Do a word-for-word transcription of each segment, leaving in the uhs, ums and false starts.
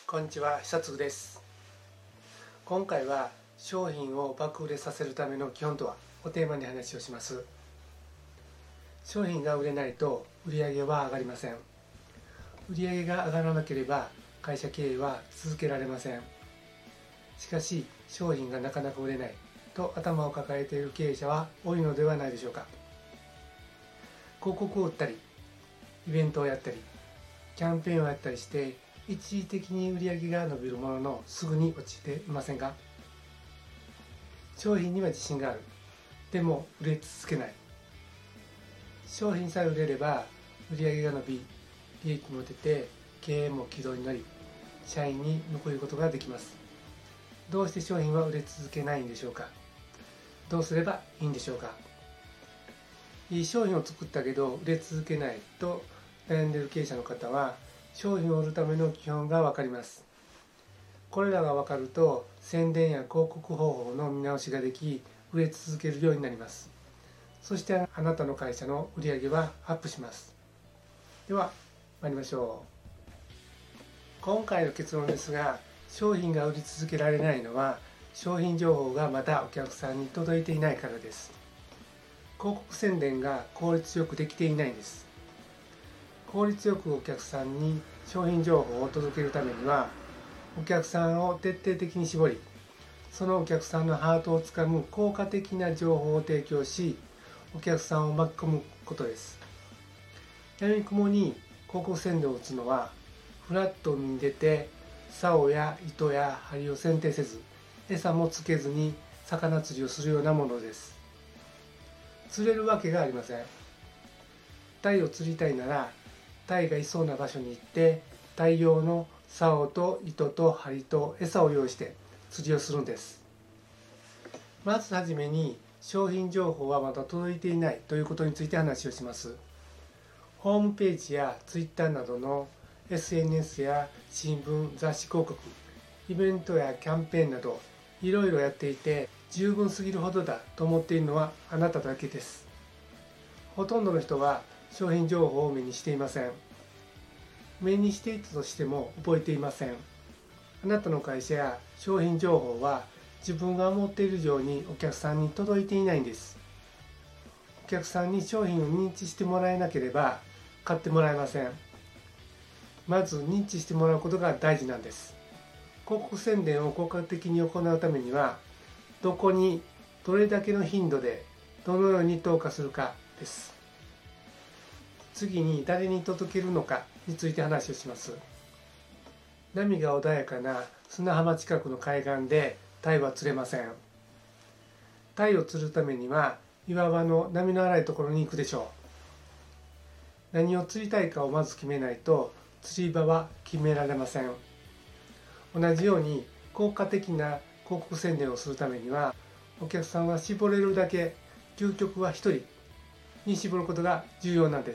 こんにちは、久嗣です。今回は商品を爆売れさせるための基本とはをテーマに話をします。商品が売れないと売上は上がりません。売上が上がらなければ会社経営は続けられません。しかし商品がなかなか売れないと頭を抱えている経営者は多いのではないでしょうか。広告を売ったり、イベントをやったり、キャンペーンをやったりして一時的に売り上げが伸びるもののすぐに落ちていませんか。商品には自信がある。でも売れ続けない。商品さえ売れれば売り上げが伸び、利益も出て経営も軌道に乗り、社員に報いることができます。どうして商品は売れ続けないんでしょうか。どうすればいいんでしょうか。いい商品を作ったけど売れ続けないと悩んでいる経営者の方は、商品を売るための基本が分かります。これらが分かると宣伝や広告方法の見直しができ、売れ続けるようになります。そしてあなたの会社の売り上げはアップします。では参りましょう。今回の結論ですが、商品が売り続けられないのは商品情報がまだお客さんに届いていないからです。広告宣伝が効率よくできていないんです。効率よくお客さんに商品情報を届けるためには、お客さんを徹底的に絞り、そのお客さんのハートをつかむ効果的な情報を提供し、お客さんを巻き込むことです。やみくもに広告宣伝を打つのは、フラットに出て竿や糸や針を選定せず、餌もつけずに魚釣りをするようなものです。釣れるわけがありません。鯛を釣りたいなら、鯛がいそうな場所に行って鯛用の竿と糸と針と餌を用意して釣りをするんです。まずはじめに商品情報はまだ届いていないということについて話をします。ホームページやツイッターなどの エスエヌエス や新聞、雑誌広告、イベントやキャンペーンなどいろいろやっていて、十分すぎるほどだと思っているのはあなただけです。ほとんどの人は商品情報を目にしていません。目にしていたとしても覚えていません。あなたの会社や商品情報は自分が思っている以上にお客さんに届いていないんです。お客さんに商品を認知してもらえなければ買ってもらえません。まず認知してもらうことが大事なんです。広告宣伝を効果的に行うためには、どこにどれだけの頻度でどのように投下するかです。次に誰に届けるのかについて話をします。波が穏やかな砂浜近くの海岸で鯛は釣れません。鯛を釣るためには岩場の波の荒いところに行くでしょう。何を釣りたいかをまず決めないと釣り場は決められません。同じように効果的な広告宣伝をするためには、お客さんは絞れるだけ、究極はひとりに絞ることが重要なんです。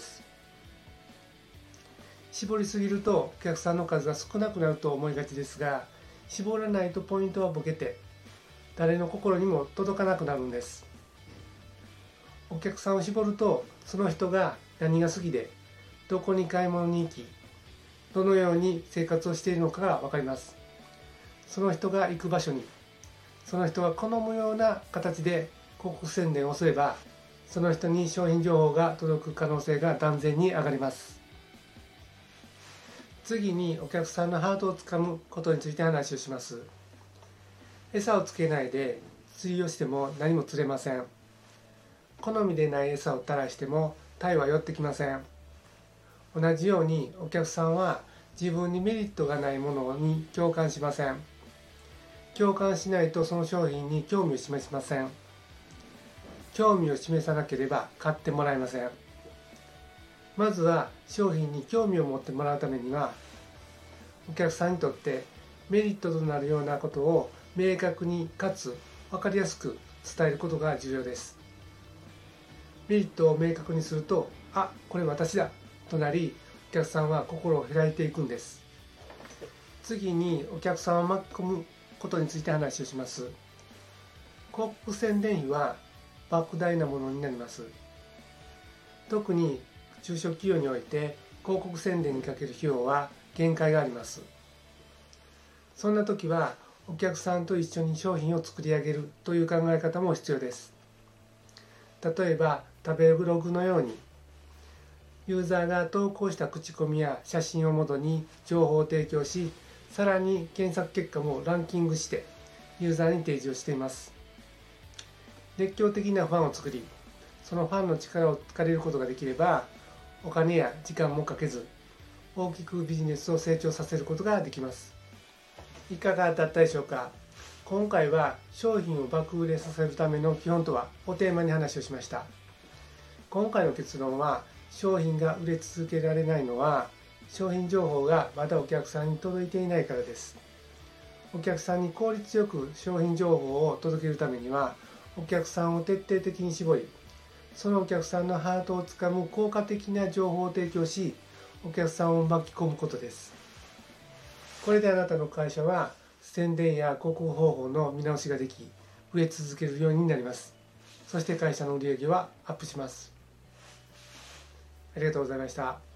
絞りすぎるとお客さんの数が少なくなると思いがちですが、絞らないとポイントはボケて誰の心にも届かなくなるんです。お客さんを絞ると、その人が何が好きで、どこに買い物に行き、どのように生活をしているのかが分かります。その人が行く場所に、その人が好むような形で広告宣伝をすれば、その人に商品情報が届く可能性が断然に上がります。次にお客さんのハートをつかむことについて話をします。餌をつけないで釣りをしても何も釣れません。好みでない餌を垂らしても鯛は寄ってきません。同じようにお客さんは自分にメリットがないものに共感しません。共感しないとその商品に興味を示しません。興味を示さなければ買ってもらえません。まずは商品に興味を持ってもらうためには、お客さんにとってメリットとなるようなことを明確にかつ分かりやすく伝えることが重要です。メリットを明確にすると、あ、これ私だとなり、お客さんは心を開いていくんです。次にお客さんを巻き込むことについて話をします。広告宣伝費は莫大なものになります。特に中小企業において広告宣伝にかける費用は限界があります。 そんな時はお客さんと一緒に商品を作り上げるという考え方も必要です。例えば食べブログのようにユーザーが投稿した口コミや写真をもとに情報を提供し、さらに検索結果もランキングしてユーザーに提示をしています。熱狂的なファンを作り、そのファンの力を借りることができれば、お金や時間もかけず大きくビジネスを成長させることができます。いかがだったでしょうか。今回は商品を爆売れさせるための基本とはをテーマに話をしました。今回の結論は、商品が売れ続けられないのは商品情報がまだお客さんに届いていないからです。お客さんに効率よく商品情報を届けるためには、お客さんを徹底的に絞り、そのお客さんのハートをつかむ効果的な情報を提供し、お客さんを巻き込むことです。これであなたの会社は宣伝や広告方法の見直しができ、売れ続けるようになります。そして会社の売り上げはアップします。ありがとうございました。